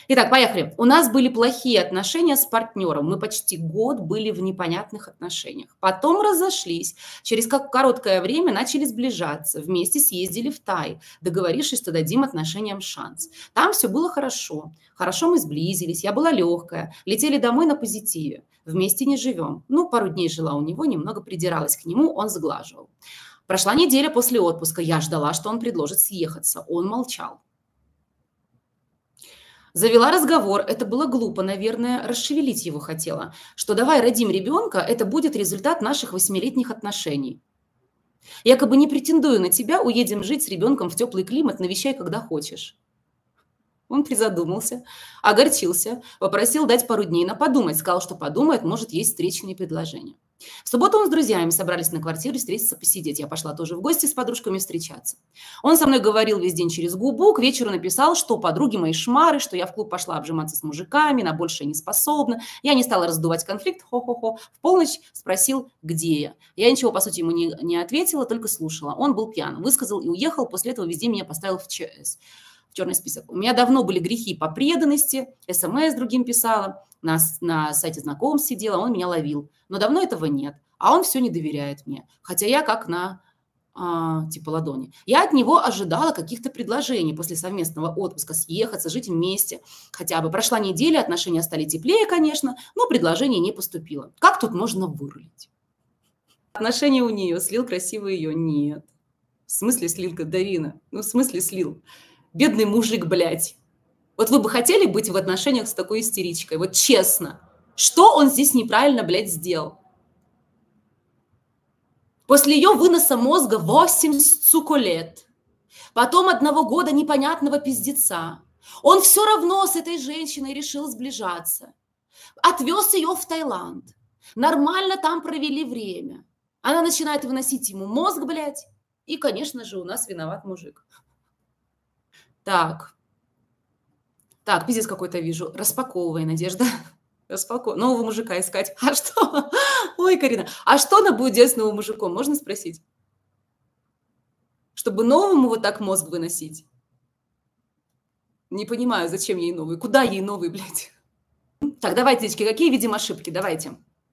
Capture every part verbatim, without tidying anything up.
Итак, поехали. У нас были плохие отношения с партнером. Мы почти год были в непонятных отношениях. Потом разошлись. Через как короткое время начали сближаться. Вместе съездили в Тай, договорившись, что дадим отношениям шанс. Там все было хорошо. Хорошо мы сблизились. Я была легкая. Летели домой на позитиве. Вместе не живем. Ну, пару дней жила у него, немного придиралась к нему, он сглаживал. Прошла неделя после отпуска. Я ждала, что он предложит съехаться. Он молчал. Завела разговор, это было глупо, наверное, расшевелить его хотела, что давай родим ребенка, это будет результат наших восьмилетних отношений. Якобы не претендую на тебя, уедем жить с ребенком в теплый климат, навещай, когда хочешь. Он призадумался, огорчился, попросил дать пару дней на подумать, сказал, что подумает, может, есть встречные предложения. В субботу он с друзьями собрались на квартире встретиться, посидеть. Я пошла тоже в гости с подружками встречаться. Он со мной говорил весь день через губу, к вечеру написал, что подруги мои шмары, что я в клуб пошла обжиматься с мужиками, на большее не способна. Я не стала раздувать конфликт, хо-хо-хо. В полночь спросил, где я. Я ничего, по сути, ему не, не ответила, только слушала. Он был пьян, высказал и уехал, после этого везде меня поставил в ЧС. Черный список. У меня давно были грехи по преданности, смс другим писала, на, на сайте знакомств сидела, он меня ловил. Но давно этого нет, а он все не доверяет мне. Хотя я как на а, типа ладони. Я от него ожидала каких-то предложений после совместного отпуска, съехаться, жить вместе. Хотя бы прошла неделя, отношения стали теплее, конечно, но предложение не поступило. Как тут можно вырулить? Отношения у нее, слил красиво ее. Нет. В смысле слил, Дарина? Ну, в смысле слил? Бедный мужик, блядь. Вот вы бы хотели быть в отношениях с такой истеричкой? Вот честно. Что он здесь неправильно, блядь, сделал? После ее выноса мозга восемь, сука, лет. Потом одного года непонятного пиздеца. Он все равно с этой женщиной решил сближаться. Отвез ее в Таиланд. Нормально там провели время. Она начинает выносить ему мозг, блядь. И, конечно же, у нас виноват мужик. Так, так, пиздец какой-то вижу. Распаковывай, Надежда. Распаковывай. Нового мужика искать. А что? Ой, Карина, а что она будет делать с новым мужиком? Можно спросить? Чтобы новому вот так мозг выносить? Не понимаю, зачем ей новый. Куда ей новый, блядь? Так, давайте, девочки, какие видим ошибки? Давайте.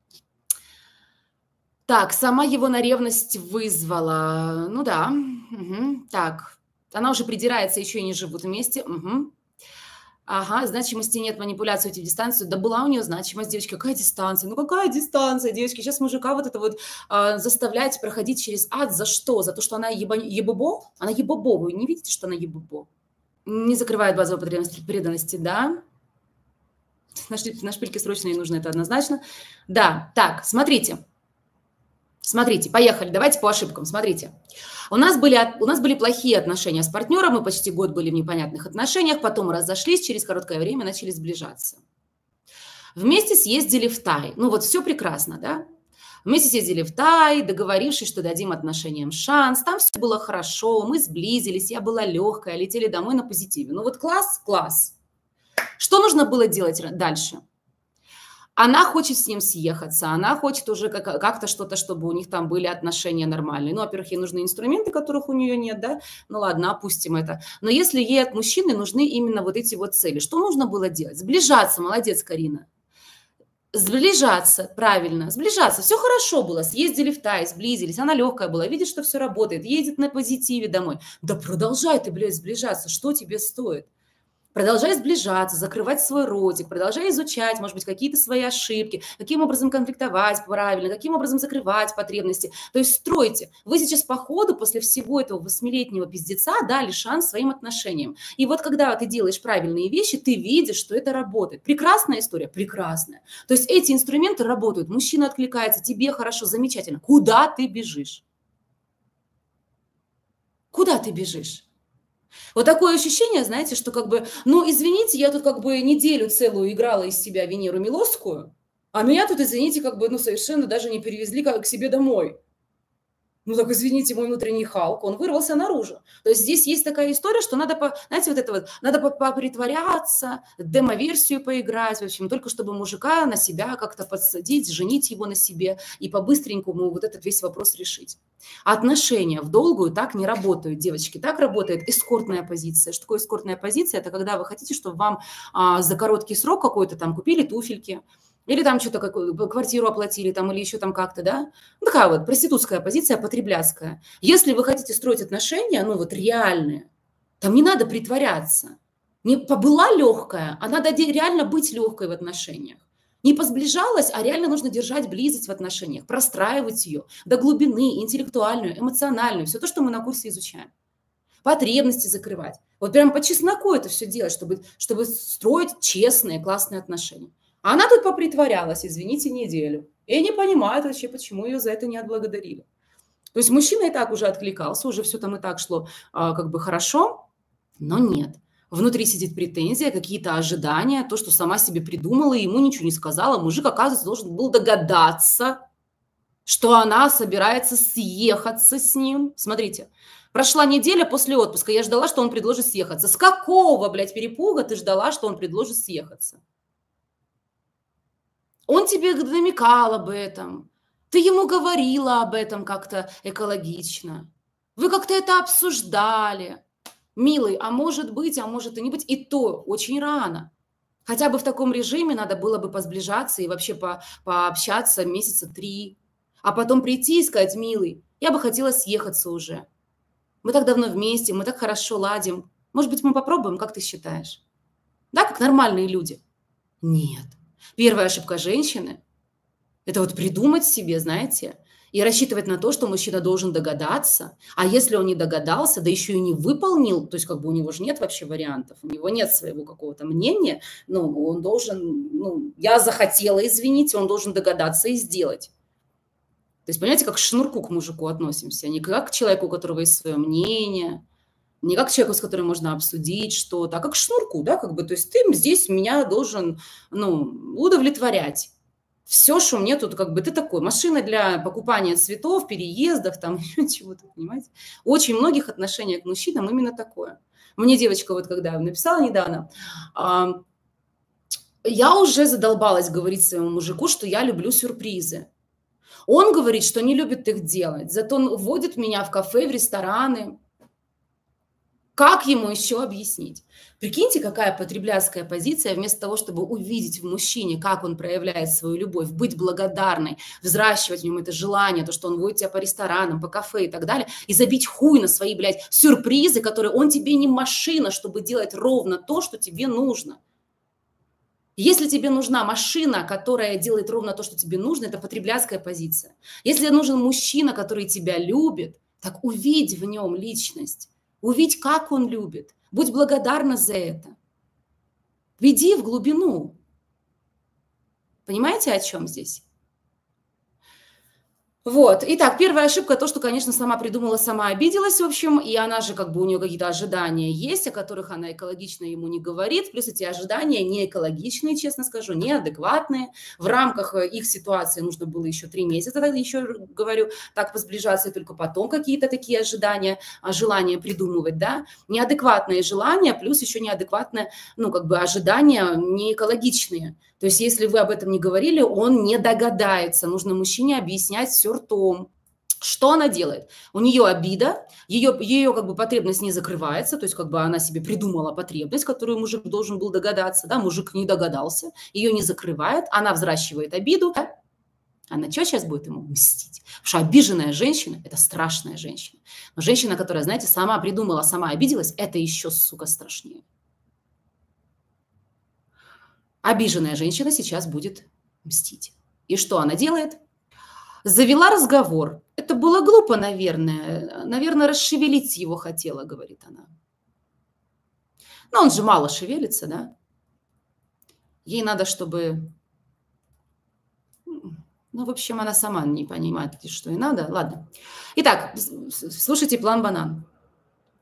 Так, сама его на ревность вызвала. Ну да. Угу. Так. Она уже придирается, еще и не живут вместе. Угу. Ага, значимости нет, манипуляции уйти в дистанцию. Да была у нее значимость, девочки. Какая дистанция? Ну какая дистанция, девочки? Сейчас мужика вот это вот э, заставлять проходить через ад. За что? За то, что она еба... ебобо? Она ебобо. Вы не видите, что она ебобо? Не закрывает базовую потребность преданности, да? На, шпиль... на шпильке срочно ей нужно, это однозначно. Да, так, смотрите. Смотрите, поехали, давайте по ошибкам, смотрите. У нас, были, у нас были плохие отношения с партнером, мы почти год были в непонятных отношениях, потом разошлись, через короткое время начали сближаться. Вместе съездили в Тай, ну вот все прекрасно, да? Вместе съездили в Тай, договорившись, что дадим отношениям шанс, там все было хорошо, мы сблизились, я была легкая, летели домой на позитиве. Ну вот класс, класс. Что нужно было делать дальше? Она хочет с ним съехаться, она хочет уже как- как-то что-то, чтобы у них там были отношения нормальные. Ну, во-первых, ей нужны инструменты, которых у нее нет, да? Ну ладно, опустим это. Но если ей от мужчины нужны именно вот эти вот цели, что нужно было делать? Сближаться, молодец, Карина. Сближаться, правильно, сближаться. Все хорошо было, съездили в Тай, сблизились, она легкая была, видит, что все работает, едет на позитиве домой. Да продолжай ты, блядь, сближаться, что тебе стоит? Продолжай сближаться, закрывать свой ротик, продолжай изучать, может быть, какие-то свои ошибки, каким образом конфликтовать правильно, каким образом закрывать потребности. То есть стройте. Вы сейчас по ходу после всего этого восьмилетнего пиздеца дали шанс своим отношениям. И вот когда ты делаешь правильные вещи, ты видишь, что это работает. Прекрасная история? Прекрасная. То есть эти инструменты работают. Мужчина откликается, тебе хорошо, замечательно. Куда ты бежишь? Куда ты бежишь? Вот такое ощущение, знаете, что как бы, ну, извините, я тут как бы неделю целую играла из себя Венеру Милосскую, а меня тут, извините, как бы, ну, совершенно даже не перевезли как к себе домой. Ну так, извините, мой внутренний Халк, он вырвался наружу. То есть здесь есть такая история, что надо, по, знаете, вот это вот, надо попритворяться, демо-версию поиграть, в общем, только чтобы мужика на себя как-то подсадить, женить его на себе и по-быстренькому вот этот весь вопрос решить. Отношения в долгую так не работают, девочки. Так работает эскортная позиция. Что такое эскортная позиция? Это когда вы хотите, чтобы вам а, за короткий срок какой-то там купили туфельки, или там что-то, какую квартиру оплатили, там, или еще там как-то, да? Ну, такая вот проститутская позиция, потребляцкая. Если вы хотите строить отношения, ну, вот реальные, там не надо притворяться. Не побыла легкая, а надо реально быть легкой в отношениях. Не посближалась, а реально нужно держать близость в отношениях, простраивать ее до глубины, интеллектуальную, эмоциональную, все то, что мы на курсе изучаем. Потребности закрывать. Вот прям по чесноку это все делать, чтобы, чтобы строить честные, классные отношения. Она тут попритворялась, извините, неделю. И не понимает вообще, почему ее за это не отблагодарили. То есть мужчина и так уже откликался, уже все там и так шло а, как бы хорошо, но нет. Внутри сидит претензия, какие-то ожидания, то, что сама себе придумала, и ему ничего не сказала. Мужик, оказывается, должен был догадаться, что она собирается съехаться с ним. Смотрите, прошла неделя после отпуска, я ждала, что он предложит съехаться. С какого, блядь, перепуга ты ждала, что он предложит съехаться? Он тебе намекал об этом, ты ему говорила об этом как-то экологично, вы как-то это обсуждали. Милый, а может быть, а может и не быть, и то очень рано. Хотя бы в таком режиме надо было бы посближаться и вообще по, пообщаться месяца три, а потом прийти и сказать: милый, я бы хотела съехаться уже. Мы так давно вместе, мы так хорошо ладим. Может быть, мы попробуем, как ты считаешь? Да, как нормальные люди? Нет. Первая ошибка женщины – это вот придумать себе, знаете, и рассчитывать на то, что мужчина должен догадаться. А если он не догадался, да еще и не выполнил, то есть как бы у него же нет вообще вариантов, у него нет своего какого-то мнения, ну, он должен, ну, я захотела, извините, он должен догадаться и сделать. То есть, понимаете, как к шнурку к мужику относимся, не как к человеку, у которого есть свое мнение, не как к человеку, с которым можно обсудить что-то, а как к шнурку, да, как бы, то есть ты здесь меня должен, ну, удовлетворять. Все, что мне тут, как бы, ты такой, машина для покупания цветов, переездов, там, чего-то, понимаете. Очень многих отношениях к мужчинам именно такое. Мне девочка вот когда написала недавно, а, я уже задолбалась говорить своему мужику, что я люблю сюрпризы. Он говорит, что не любит их делать, зато он водит меня в кафе, в рестораны. Как ему еще объяснить? Прикиньте, какая потребляцкая позиция, вместо того, чтобы увидеть в мужчине, как он проявляет свою любовь, быть благодарной, взращивать в нем это желание, то, что он водит тебя по ресторанам, по кафе и так далее, и забить хуй на свои, блядь, сюрпризы, которые он тебе не машина, чтобы делать ровно то, что тебе нужно. Если тебе нужна машина, которая делает ровно то, что тебе нужно, это потребляцкая позиция. Если нужен мужчина, который тебя любит, так увидь в нем личность. Увидь, как он любит. Будь благодарна за это. Веди в глубину. Понимаете, о чем здесь? Вот. Итак, первая ошибка, то, что, конечно, сама придумала, сама обиделась, в общем, и она же, как бы, у нее какие-то ожидания есть, о которых она экологично ему не говорит, плюс эти ожидания не экологичные, честно скажу, неадекватные. В рамках их ситуации нужно было еще три месяца, тогда еще говорю, так посближаться, и только потом какие-то такие ожидания, желания придумывать, да, неадекватные желания, плюс еще неадекватные, ну, как бы, ожидания не экологичные. То есть, если вы об этом не говорили, он не догадается. Нужно мужчине объяснять все ртом. Что она делает? У нее обида, ее, ее как бы потребность не закрывается, то есть как бы она себе придумала потребность, которую мужик должен был догадаться, да, мужик не догадался, ее не закрывает, она взращивает обиду, да? Она что сейчас будет ему мстить? Потому что обиженная женщина – это страшная женщина. Но женщина, которая, знаете, сама придумала, сама обиделась, это еще, сука, страшнее. Обиженная женщина сейчас будет мстить. И что она делает? Завела разговор. Это было глупо, наверное. Наверное, расшевелить его хотела, говорит она. Но он же мало шевелится, да? Ей надо, чтобы... Ну, в общем, она сама не понимает, что ей надо. Ладно. Итак, слушайте план банан.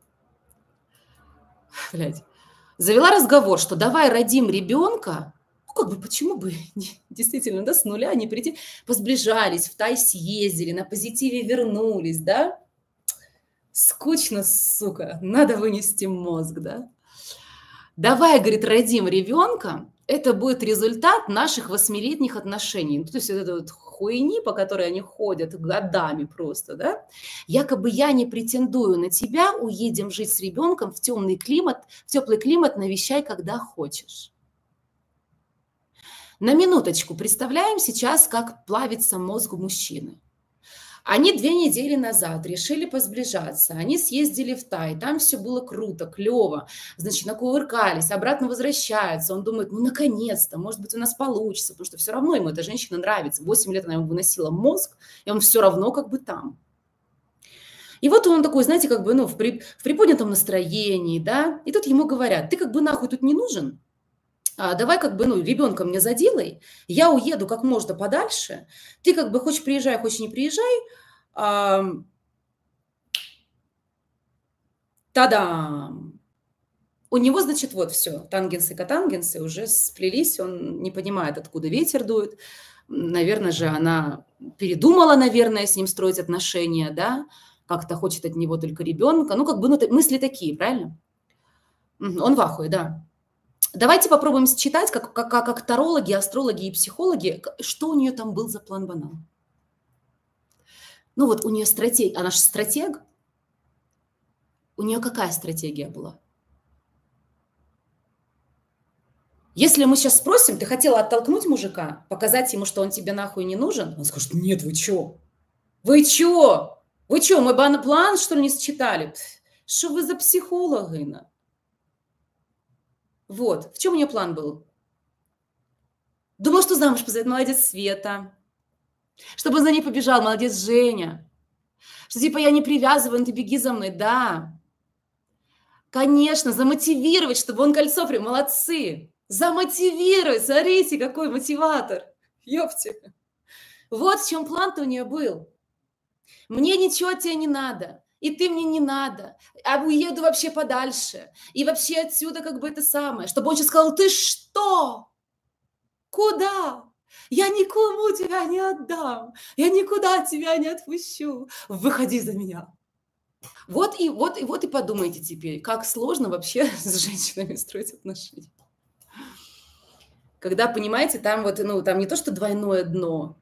Блядь. Завела разговор, что давай родим ребенка, как бы почему бы действительно, да, с нуля не прийти? Посближались, в Тай съездили, на позитиве вернулись, да? Скучно, сука, надо вынести мозг, да? Давай, говорит, родим ребенка, это будет результат наших восьмилетних отношений. Ну, то есть вот это вот хуйни, по которой они ходят годами просто, да? Якобы я не претендую на тебя, уедем жить с ребенком в темный климат, в теплый климат, навещай, когда хочешь. На минуточку представляем сейчас, как плавится мозг у мужчины. Они две недели назад решили посближаться, они съездили в Тай, там все было круто, клево, значит, накувыркались, обратно возвращаются, он думает, ну, наконец-то, может быть, у нас получится, потому что все равно ему эта женщина нравится, восемь лет она ему выносила мозг, и он все равно как бы там. И вот он такой, знаете, как бы, ну, в, при, в приподнятом настроении, да, и тут ему говорят, ты как бы нахуй тут не нужен, а, давай как бы, ну, ребенка мне заделай, я уеду как можно подальше, ты как бы хочешь приезжай, хочешь не приезжай, а, та-дам! У него, значит, вот все, тангенсы, котангенсы уже сплелись, он не понимает, откуда ветер дует, наверное же, она передумала, наверное, с ним строить отношения, да, как-то хочет от него только ребенка, ну, как бы, ну, мысли такие, правильно? Он в ахуе, да. Давайте попробуем считать, как, как, как тарологи, астрологи и психологи, что у нее там был за план банан. Ну вот у нее стратегия, она же стратег. У нее какая стратегия была? Если мы сейчас спросим, ты хотела оттолкнуть мужика, показать ему, что он тебе нахуй не нужен, он скажет, нет, вы чё? Вы чё? Вы чё, мой план, что ли, не считали? Что вы за психологи? На? Вот, в чем у нее план был? Думала, что замуж позовет, молодец Света. Чтобы он за ней побежал, молодец Женя. Что типа я не привязываю, ты беги за мной, да. Конечно, замотивировать, чтобы он кольцо при... Молодцы. Замотивировать, смотрите, какой мотиватор. Ёпте. Вот в чем план-то у нее был. Мне ничего от тебя не надо. И ты мне не надо, а уеду вообще подальше. И вообще отсюда как бы это самое. Чтобы он сейчас сказал, ты что? Куда? Я никому тебя не отдам. Я никуда тебя не отпущу. Выходи за меня. Вот и, вот, и, вот и подумайте теперь, как сложно вообще с женщинами строить отношения. Когда, понимаете, там вот, ну, там не то, что двойное дно,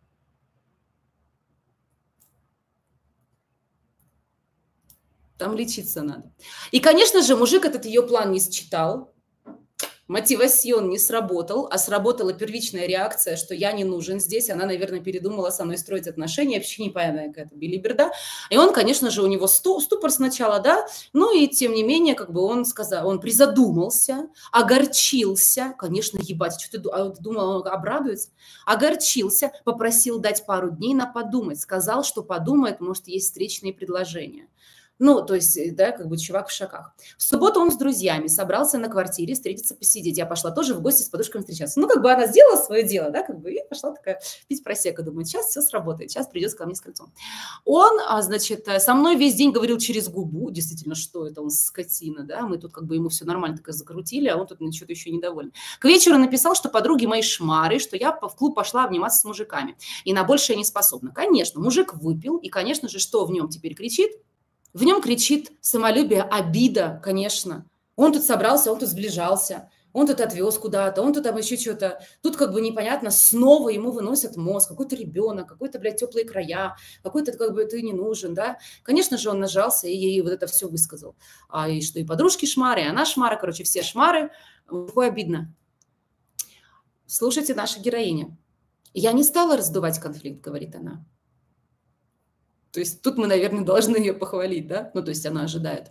там лечиться надо. И, конечно же, мужик этот ее план не считал, мотивасьон не сработал, а сработала первичная реакция, что я не нужен здесь. Она, наверное, передумала со мной строить отношения, вообще непонятная какая-то билиберда. И он, конечно же, у него ступор сначала, да, ну и тем не менее, как бы он сказал, он призадумался, огорчился, конечно, ебать, что ты, а ты думал, он обрадуется? Огорчился, попросил дать пару дней на подумать, сказал, что подумает, может, есть встречные предложения. Ну, то есть, да, как бы чувак в шоках. В субботу он с друзьями собрался на квартире встретиться, посидеть. Я пошла тоже в гости с подружками встречаться. Ну, как бы она сделала свое дело, да, как бы, и пошла такая пить просека. Думаю, сейчас все сработает, сейчас придет ко мне с кольцом. Он, значит, со мной весь день говорил через губу. Действительно, что это, он скотина, да, мы тут как бы ему все нормально так закрутили, а он тут что-то еще недоволен. К вечеру написал, что подруги мои шмары, что я в клуб пошла обниматься с мужиками. И на большее не способна. Конечно, мужик выпил, и, конечно же, что в нем теперь кричит? В нем кричит самолюбие, обида, конечно. Он тут собрался, он тут сближался, он тут отвез куда-то, он тут там еще что-то. Тут как бы непонятно, снова ему выносят мозг, какой-то ребенок, какой-то, блядь, теплые края, какой-то как бы ты не нужен, да. Конечно же, он нажался и ей вот это все высказал. А и что и подружки шмары, и она шмара, короче, все шмары. Такое обидно. Слушайте наша героиня. Я не стала раздувать конфликт, говорит она. То есть тут мы, наверное, должны ее похвалить, да? Ну, то есть она ожидает.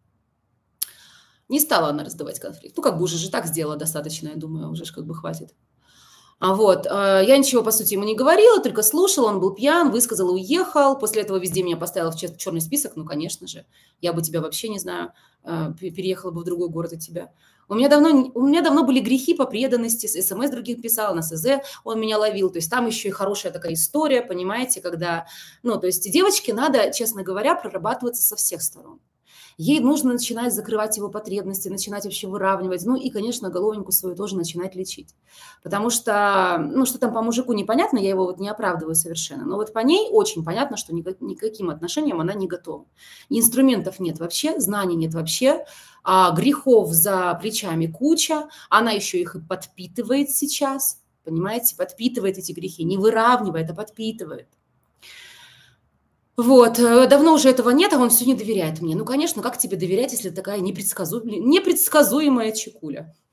Не стала она раздавать конфликт. Ну, как бы уже же так сделала достаточно, я думаю, уже ж как бы хватит. А вот, я ничего, по сути, ему не говорила, только слушала, он был пьян, высказал и уехал. После этого везде меня поставила в черный список. Ну, конечно же, я бы тебя вообще, не знаю, переехала бы в другой город от тебя. У меня давно, у меня давно были грехи по преданности, смс других писал, на СЗ он меня ловил. То есть там еще и хорошая такая история, понимаете, когда... Ну, то есть девочке надо, честно говоря, прорабатываться со всех сторон. Ей нужно начинать закрывать его потребности, начинать вообще выравнивать. Ну и, конечно, головоньку свою тоже начинать лечить. Потому что, ну, что там по мужику непонятно, я его вот не оправдываю совершенно. Но вот по ней очень понятно, что никак, никаким отношениям она не готова. Инструментов нет вообще, знаний нет вообще, а грехов за плечами куча. Она еще их и подпитывает сейчас, понимаете, подпитывает эти грехи, не выравнивает, а подпитывает. Вот, э, давно уже этого нет, а он все не доверяет мне. Ну, конечно, как тебе доверять, если такая непредсказу... непредсказуемая чекуля?